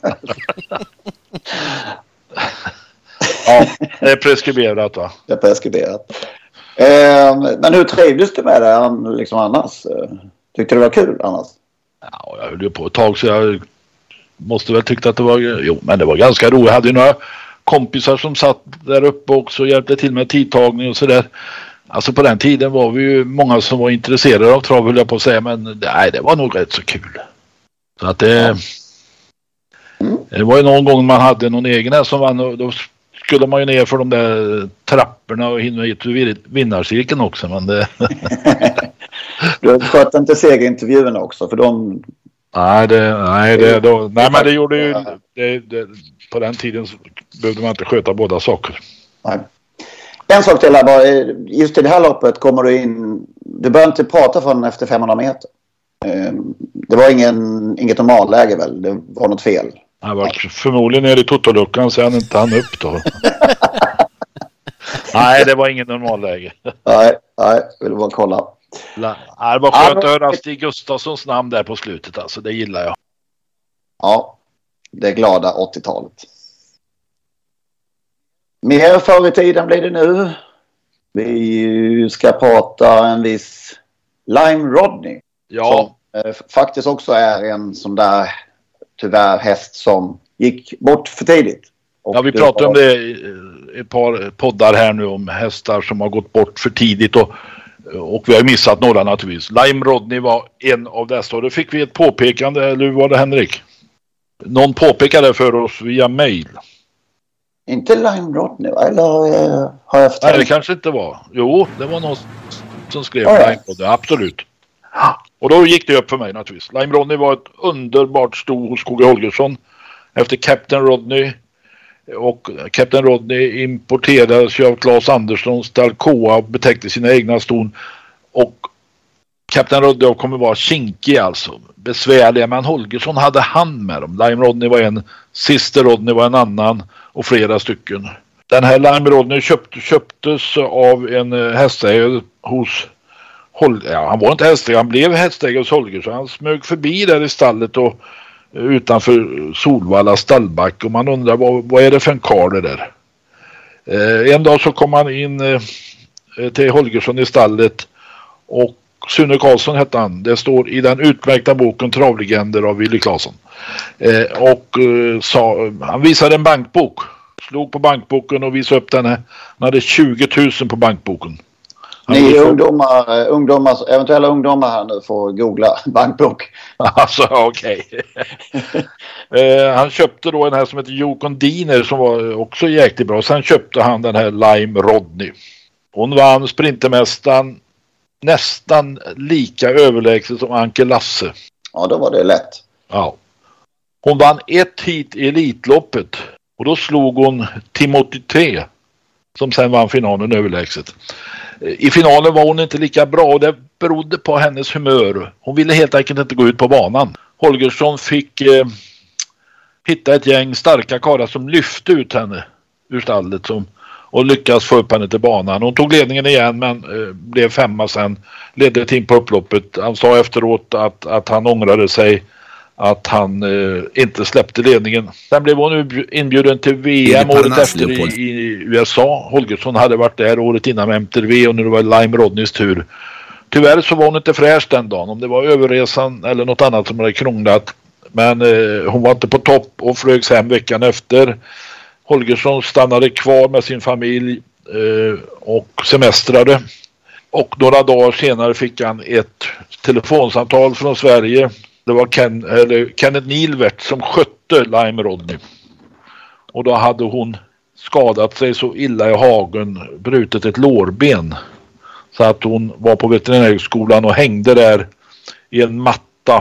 Ja, det är preskriberat va? Det är preskriberat. Men hur trivdes du med det liksom annars? Tyckte du det var kul annars? Ja, jag höll ju på ett tag så jag måste väl tycka att det var, men det var ganska roligt. Jag hade ju några kompisar som satt där uppe också och hjälpte till med tidtagning och sådär. Alltså på den tiden var vi ju många som var intresserade av trav, höll jag på att säga, men nej, det var nog rätt så kul. Så att det var ju någon gång man hade någon egen här som vann, och då skulle man ju ner för de där trapporna och hinna hit till vinnarcirkeln också, men det... Du sköt inte segerintervjuerna också för de... Nej, men det gjorde ju på den tiden så behövde man inte sköta båda saker. Nej. En sak till här bara, just i det här loppet kommer du in, du börjar inte prata förrän efter 500 meter. Det var inget normalläge väl, det var något fel. Han var förmodligen nere i totoluckan så han inte hann upp då. Nej, det var ingen normalläge. Nej, vill bara kolla. Det var skönt att höra Stig Gustafssons namn där på slutet, alltså det gillar jag. Ja, det glada 80-talet. Mer förr i tiden blir det nu. Vi ska prata en viss Lime Rodney. Ja. Som faktiskt också är en sån där tyvärr häst som gick bort för tidigt. Och ja, vi pratar om det ett par poddar här nu om hästar som har gått bort för tidigt och vi har missat några naturligtvis. Lime Rodney var en av dessa och då fick vi ett påpekande, eller hur var det Henrik? Någon påpekade för oss via mail. Inte Lime Rodney, eller har jag Nej, det kanske inte var. Jo, det var någon som skrev Lime Rodney, absolut. Och då gick det upp för mig naturligtvis. Lime Rodney var ett underbart sto hos K.G. Holgersson efter Captain Rodney. Och Captain Rodney importerades ju av Claes Andersson, Stalcoa och betäckte sina egna ston. Och Captain Rodney kommer vara kinkig alltså. Besvärliga, men Holgersson hade hand med dem. Lime Rodney var en, Sister Rodney var en annan och flera stycken. Den här Lime Rodney köptes av en hästägare hos han var inte hästägare, han blev hästägare hos Holgersson. Han smög förbi där i stallet och utanför Solvalla stallback och man undrar vad är det för en karl det där. En dag så kom han in till Holgersson i stallet och Sune Karlsson hette han. Det står i den utmärkta boken Travlegender av Willy Claesson. Han visade en bankbok. Slog på bankboken och visade upp den här. Han hade 20 000 på bankboken. Ni eventuella ungdomar här nu får googla bankbok. Alltså okej. Han köpte då en här som heter Jokon Diner som var också jäkligt bra. Sen köpte han den här Lime Rodney. Hon vann sprintermästaren nästan lika överlägset som Anke Lasse. Ja, då var det lätt. Ja. Hon vann ett hit i Elitloppet och då slog hon Timothy T som sen vann finalen överlägset. I finalen var hon inte lika bra och det berodde på hennes humör. Hon ville helt enkelt inte gå ut på banan. Holgersson fick hitta ett gäng starka karlar som lyfte ut henne ur stallet och lyckas få upp henne till banan. Hon tog ledningen igen men blev 5 sen. Ledde till på upploppet. Han sa efteråt att han ångrade sig att han inte släppte ledningen. Sen blev hon inbjuden till VM året efter i USA. Holgersson hade varit där året innan med MTV och nu var det Lime Rodneys tur. Tyvärr så var hon inte fräsch den dagen. Om det var överresan eller något annat som hade krånglat. Men hon var inte på topp och flögs hem veckan efter. Holgersson stannade kvar med sin familj och semestrade. Och några dagar senare fick han ett telefonsamtal från Sverige. Det var Kenneth Nielvert som skötte Lime Rodney. Och då hade hon skadat sig så illa i hagen, brutit ett lårben. Så att hon var på veterinärhögskolan och hängde där i en matta.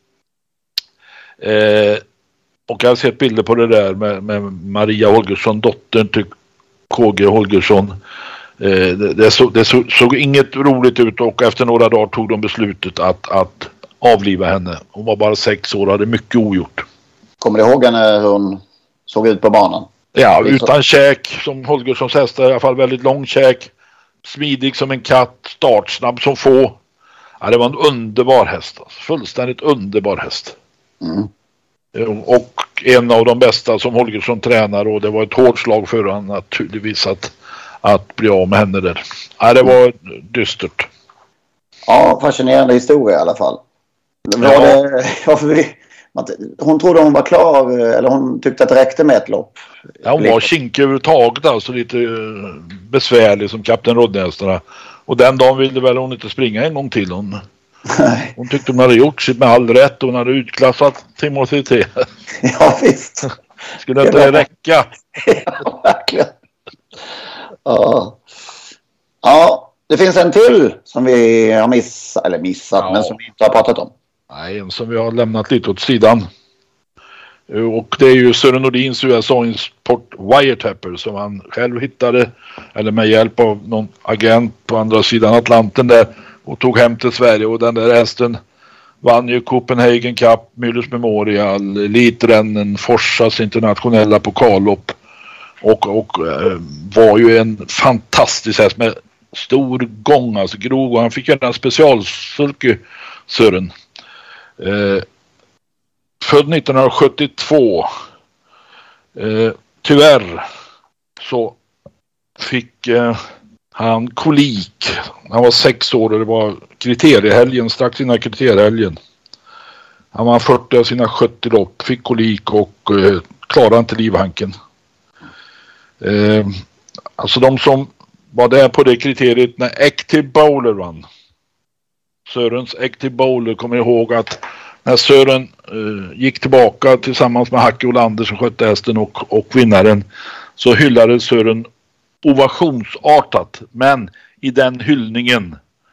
Och jag har sett bilder på det där med Maria Holgersson, dottern till KG Holgersson. Det såg inget roligt ut och efter några dagar tog de beslutet att avliva henne. Hon var bara 6 år och hade mycket ogjort. Kommer du ihåg henne hur hon såg ut på banan? Ja, utan käk som Holgerssons hästar, i alla fall väldigt lång käk. Smidig som en katt, startsnabb som få. Ja, det var en underbar häst. Alltså. Fullständigt underbar häst. Och en av de bästa som Holgersson tränar och det var ett hårt slag för honom naturligtvis att bli av med henne där. Ja, det var dystert. Ja, fascinerande historia i alla fall. Hon trodde hon var klar eller hon tyckte att det räckte med ett lopp. Ja, hon var kinkig överhuvudtaget, alltså lite besvärlig som kapten Rodnästarna. Och den dagen ville väl hon inte springa en gång till. Hon tyckte hon hade gjort sitt med all rätt. Hon hade utklassat Timothy T. Ja, visst. Skulle inte det räcka? Ja, verkligen. Ja, det finns en till som vi har missat men som vi inte har pratat om. Nej, en som vi har lämnat lite åt sidan. Och det är ju Sören Nordins USA-import Wiretapper som han själv hittade eller med hjälp av någon agent på andra sidan Atlanten där och tog hem till Sverige. Och den där hästen vann ju Copenhagen Cup, Müllers Memorial, Elitrennen, Forsas internationella pokallopp och var ju en fantastisk häst med stor gång, alltså grov, och han fick en specialsulke Sören. Född 1972. Tyvärr så fick han kolik. Han var 6 år och det var kriteriehelgen, strax innan kriteriehelgen. Han var 40 av sina 70 lopp, fick kolik och klarade inte livhanken. Alltså de som var där på det kriteriet när Active Bowler vann. Sörens Active Bowler kommer ihåg att när Sören gick tillbaka tillsammans med Hacke Olander som skötte hästen och vinnaren så hyllade Sören ovationsartat. Men i den hyllningen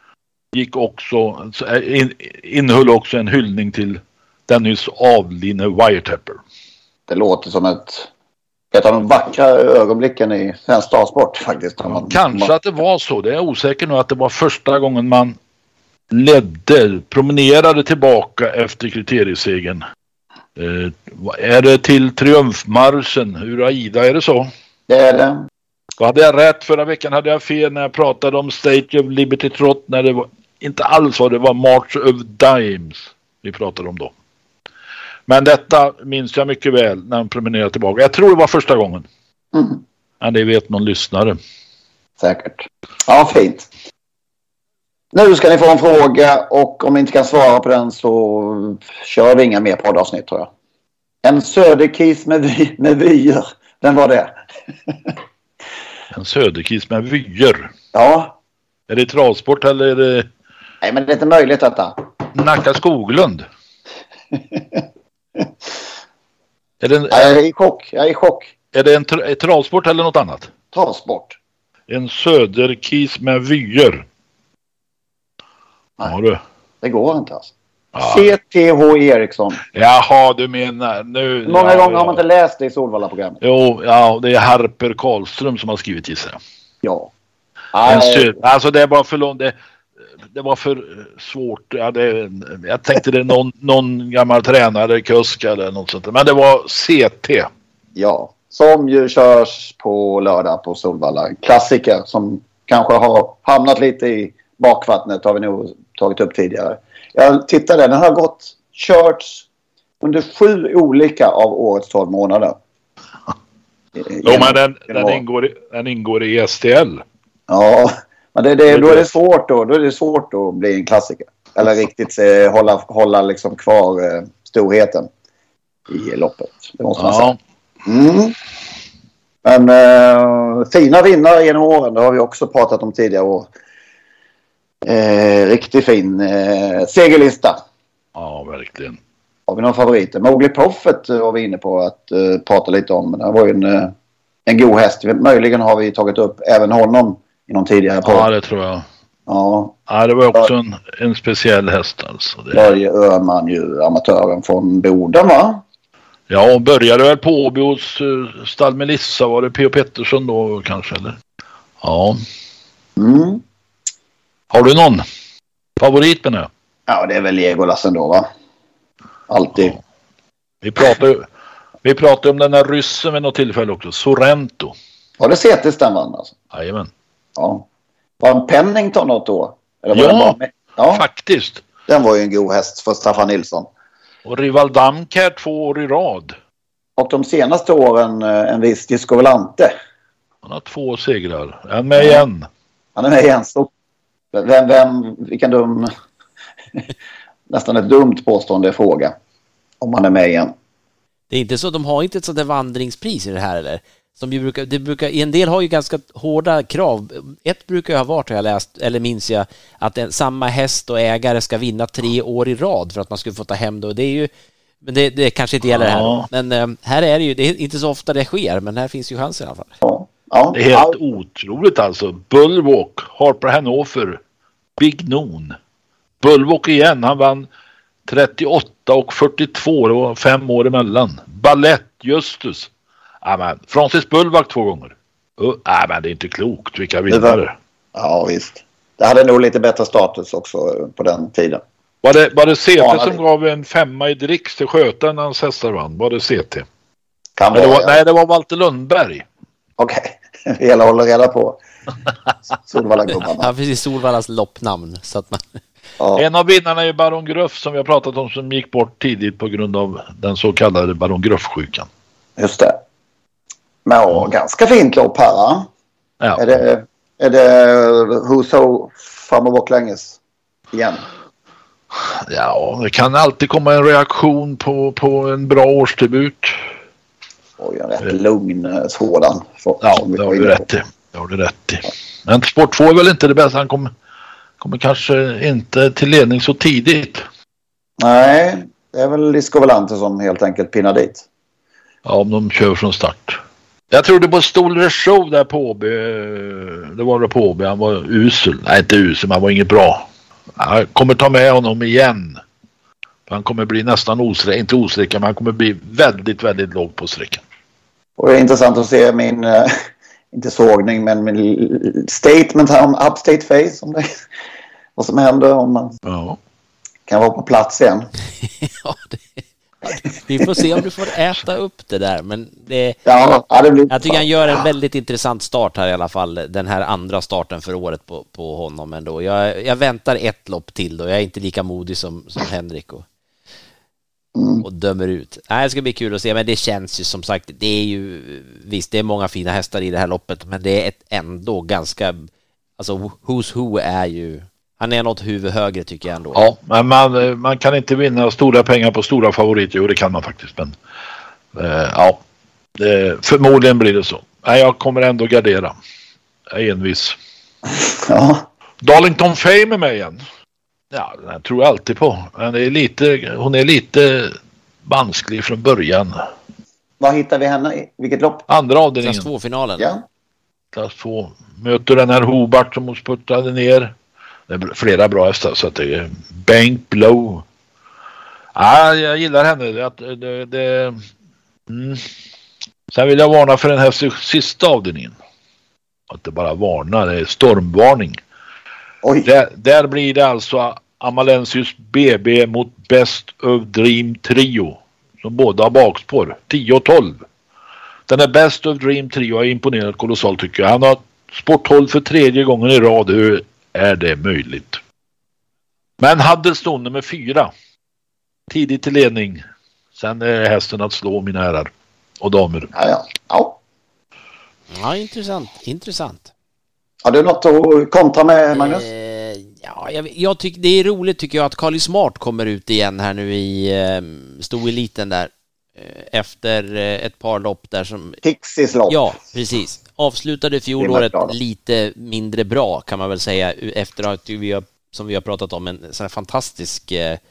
innehöll också en hyllning till den nyss avlidne Wiretapper. Det låter som ett av de vackra ögonblicken i svensk stavsport faktiskt. Kanske att det var så. Det är osäkert nu att det var första gången man promenerade tillbaka efter kriteriesegen. Är det till triumfmarschen ur Aida, är det så? Det är det. Då hade jag rätt, förra veckan hade jag fel när jag pratade om State of Liberty Trot när det var inte alls vad det var March of Dimes vi pratade om då. Men detta minns jag mycket väl när han promenerade tillbaka. Jag tror det var första gången. Ja, det vet någon lyssnare. Säkert. Ja, fint. Nu ska ni få en fråga och om ni inte kan svara på den så kör vi inga mer poddavsnitt tror jag. En söderkis med vyer. Den var det. En söderkis med vyer? Ja. Är det travsport eller är det... Nej, men det är inte möjligt detta. Nacka Skoglund? Jag är i chock. Är det en travsport eller något annat? Travsport. En söderkis med vyer. Ja, du. Det går inte alltså. CTH Eriksson. Jaha, du menar nu... Hur många gånger har man inte läst det i Solvalla-programmet? Jo, ja, det är Harper Karlström som har skrivit gissar jag. Ja. Alltså det är bara för långt. Det var för svårt. Ja, jag tänkte det är någon gammal tränare, kusk eller något sånt. Men det var CT. Ja, som ju körs på lördag på Solvalla. Klassiker som kanske har hamnat lite i bakvattnet har vi nog tagit upp tidigare. Jag tittade, den har körts under 7 olika av årets 12 månader. Ja, men den ingår i STL. Ja, men då är det svårt då. Då är det svårt att bli en klassiker. Eller riktigt hålla liksom kvar storheten i loppet. Det måste man säga. Men fina vinnare genom åren, det har vi också pratat om tidigare år. Riktigt fin segerlista. Ja, verkligen. Har vi några favoriter? Mowgli Prophet var vi inne på att prata lite om. Men det var ju en god häst. Möjligen har vi tagit upp även honom i någon tidigare podd. Ja, det tror jag. Ja, det var också en speciell häst alltså. Börje Öhman ju, amatören från Boden, va? Ja, och började väl på Åby hos Stall Melissa. Var det P.O. Pettersson då kanske, eller? Ja. Har du någon favorit med det? Ja, det är väl Legolas ändå, va? Alltid. Ja. Vi pratade om den här ryssen vid något tillfälle också. Sorrento. Var det Cetis den vann alltså? Jajamän. Ja. Var en Pennington något då? Eller var ja, faktiskt. Den var ju en god häst för Staffan Nilsson. Och Rival Damkär 2 år i rad. Och de senaste åren en viss Disco Volante. Han har 2 segrar. En med igen. Han är med igen. Så vilken dum... nästan ett dumt påstående fråga. Om han är med igen. Det är inte så, de har inte ett sådant där vandringspris i det här, eller? Som ju brukar, en del har ju ganska hårda krav. Ett brukar ju ha varit, har jag läst, eller minns jag, att samma häst och ägare ska vinna 3 år i rad för att man skulle få ta hem det. Och det är ju, men det kanske inte gäller här. Men här är det ju, det är inte så ofta det sker, men här finns ju chansen i alla fall. Ja. Det är helt otroligt alltså. Bullwalk, Harper Hannover, Big Noon. Bullwalk igen, han vann 38 och 42, det var 5 år emellan. Ballett, Justus. Men Francis Bullwalk 2 gånger. Men det är inte klokt vilka vinnare. Ja, visst. Det hade nog lite bättre status också på den tiden. Var det CT som gav en 5 i dricks till skötaren när hans hästar vann? Var det CT? Nej, det var Walter Lundberg. Okej, vi hela håller reda på Solvalla-gubbarna. Ja, precis, Solvallas loppnamn. Så att man... En av vinnarna är Baron Gruff som vi har pratat om, som gick bort tidigt på grund av den så kallade Baron Gruff-sjukan. Just det. Men ganska fint lopp här. Ja. Är det Huso fram och baklänges igen? Ja, det kan alltid komma en reaktion på en bra årsdebut. Oj, en rätt lugn sådan. Ja, det har du rätt i. Men Sport 2 är väl inte det bästa. Han kommer kanske inte till ledning så tidigt. Nej, det är väl Disco Volante som helt enkelt pinnar dit. Ja, om de kör från start. Jag trodde på Stolre Show där på Åby. Det var det på Åby. Han var usel. Nej, inte usel, men han var inget bra. Jag kommer ta med honom igen. Han kommer bli nästan inte osräckad, men han kommer bli väldigt, väldigt låg på sträckan. Och det är intressant att se min, inte sågning, men min statement här om Upstate Face. Om det, vad som händer om man kan vara på plats igen. Vi får se om du får äta upp det där. Men jag tycker han gör en väldigt intressant start här i alla fall. Den här andra starten för året på honom ändå. Jag väntar ett lopp till då. Jag är inte lika modig som Henrik och dömer ut. Det ska bli kul att se, men det känns ju som sagt, det är ju visst, det är många fina hästar i det här loppet, men det är ändå ganska, alltså Who's Who är ju, han är något huvud högre tycker jag ändå. Ja, men man kan inte vinna stora pengar på stora favoriter. Jo, det kan man faktiskt, men förmodligen blir det så. Nej, jag kommer ändå gardera. Jag är envis. Ja. Darlington Fame är med igen. Ja, den tror jag alltid på. Men hon är lite vansklig från början. Var hittar vi henne i? Vilket lopp? Andra avdelningen. Klass 2-finalen. Ja. Klass 2. Möter den här Hobart som hon spurtade ner. Det är flera bra hästar, så att det är Bank Blow. Jag gillar henne. Sen vill jag varna för den här sista avdelningen. Att det bara varnar, det är stormvarning. Oj. Där blir det alltså Amalensius BB mot Best of Dream Trio. Som båda har bakspår. 10 och 12. Den här Best of Dream Trio har imponerat kolossalt tycker jag. Han har sport 12 för 3:e gången i rad. Hur är det möjligt? Men Huddlestone nummer 4. Tidigt till ledning. Sen är hästen att slå, mina herrar och damer. Ja, intressant. Har du något att kontra med, Magnus? Ja, jag tycker det är roligt tycker jag att Carly Smart kommer ut igen här nu i stoeliten där efter ett par lopp där som Pixies lopp. Ja, precis. Avslutade fjolåret lite mindre bra kan man väl säga efter att som vi har pratat om en sån här fantastisk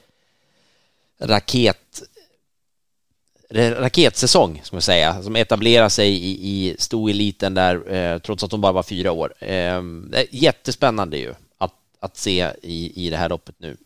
raketsäsong ska man säga, som etablerar sig i stoeliten där trots att de bara var 4 år. Det är jättespännande ju att se i det här loppet nu.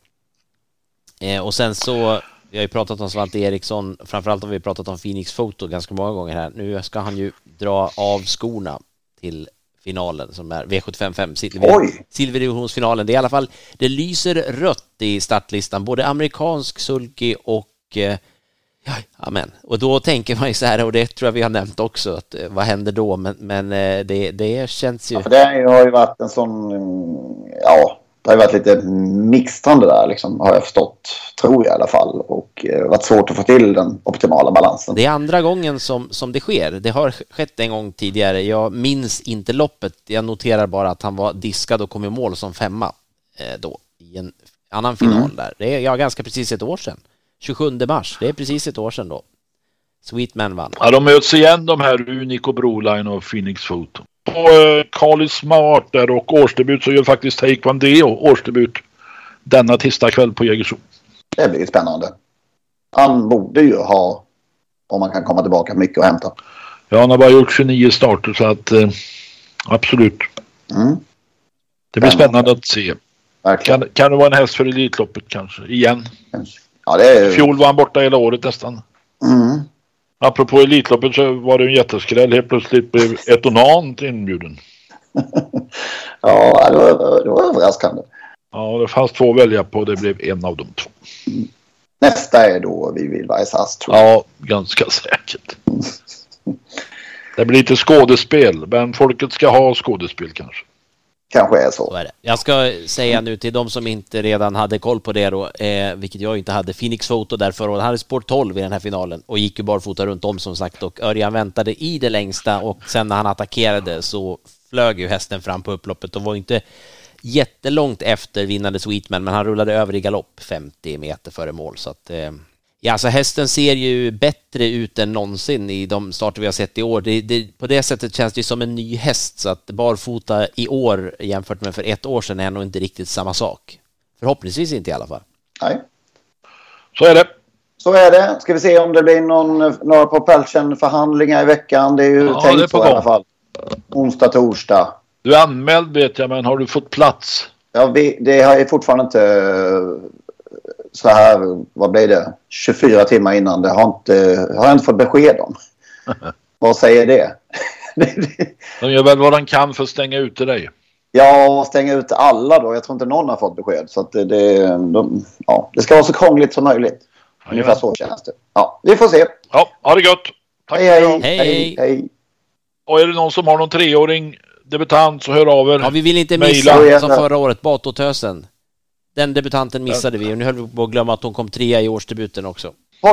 Och sen så vi har ju pratat om Svante Eriksson, framförallt har vi pratat om Phoenix Photo ganska många gånger här. Nu ska han ju dra av skorna till finalen som är V75 silverdivisionsfinalen. Det är i alla fall, det lyser rött i startlistan, både amerikansk sulky och amen. Och då tänker man ju så här, och det tror jag vi har nämnt också, att vad händer då? Men det känns ju... Ja, för det har ju varit en sån, det har varit lite mixtrande där liksom, har jag förstått, tror jag i alla fall, och varit svårt att få till den optimala balansen. Det är andra gången som det sker. Det har skett en gång tidigare. Jag minns inte loppet. Jag noterar bara att han var diskad och kom i mål som 5 då i en annan final där. Det är ganska precis ett år sedan. 27 mars. Det är precis ett år sedan då. Sweetman vann. Ja, de möts igen de här Unico Broline och Phoenix Photo. Och Carly Smart där och årsdebut så gör faktiskt Taekwondo årsdebut denna tisdag kväll på Jägersro. Det blir spännande. Han borde ju ha, om man kan komma tillbaka, mycket att hämta. Ja, han har bara gjort 29 starter så att absolut. Det blir spännande att se. Kan det vara en häst för Elitloppet kanske? Igen. Ja, det är... Fjol var han borta hela året nästan. Apropå Elitloppet så var det en jätteskräll. Helt plötsligt blev Etonan inbjuden. Ja, det var överraskande. Ja, det fanns 2 att välja på. Det blev en av de 2. Nästa är då Vi vill vara SAS, tror jag. Ja, ganska säkert. Det blir lite skådespel. Men folket ska ha skådespel kanske. Kanske är så. Är det. Jag ska säga nu till de som inte redan hade koll på det då, vilket jag inte hade, Phoenix Photo därför, och han hade spår 12 i den här finalen och gick ju barfota runt om som sagt, och Örjan väntade i det längsta och sen när han attackerade så flög ju hästen fram på upploppet och var inte jättelångt efter vinnande Sweetman, men han rullade över i galopp 50 meter före mål, så att ja, så hästen ser ju bättre ut än någonsin i de starter vi har sett i år. På det sättet känns det som en ny häst, så att barfota i år jämfört med för 1 år sedan är nog inte riktigt samma sak. Förhoppningsvis inte i alla fall. Nej. Så är det. Så är det. Ska vi se om det blir några Propulsion-förhandlingar i veckan. Det är ju tänkt det är på i alla fall. Onsdag, torsdag. Du är anmäld vet jag, men har du fått plats? Ja, det har jag fortfarande inte... Så här, vad blir det? 24 timmar innan. Det har jag inte fått besked om. Vad säger det? De gör väl vad de kan för att stänga ut dig. Ja, stänga ut alla då. Jag tror inte någon har fått besked. Så att det ska vara så krångligt som möjligt. Ungefär så känns det. Ja, vi får se. Ja, ha det gott. Tack. Hej. Och är det någon som har någon 3-åring debutant så hör av er. Ja, vi vill inte missa som förra året, Batotösen. Den debutanten missade vi och nu höll vi på att glömma att hon kom 3 i årsdebuten också.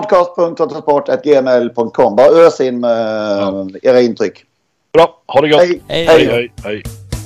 Podcast.autosport@gmail.com. Bara ös in med era intryck. Bra, ha det gott. Hej.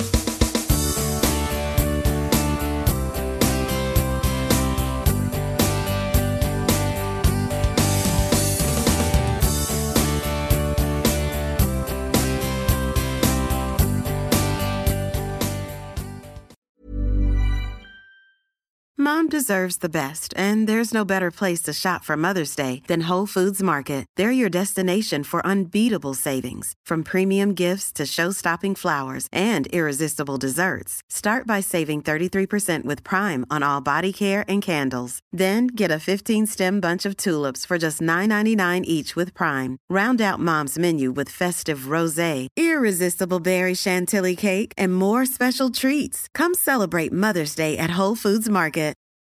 Mom deserves the best, and there's no better place to shop for Mother's Day than Whole Foods Market. They're your destination for unbeatable savings, from premium gifts to show-stopping flowers and irresistible desserts. Start by saving 33% with Prime on all body care and candles. Then get a 15-stem bunch of tulips for just $9.99 each with Prime. Round out Mom's menu with festive rosé, irresistible berry chantilly cake, and more special treats. Come celebrate Mother's Day at Whole Foods Market.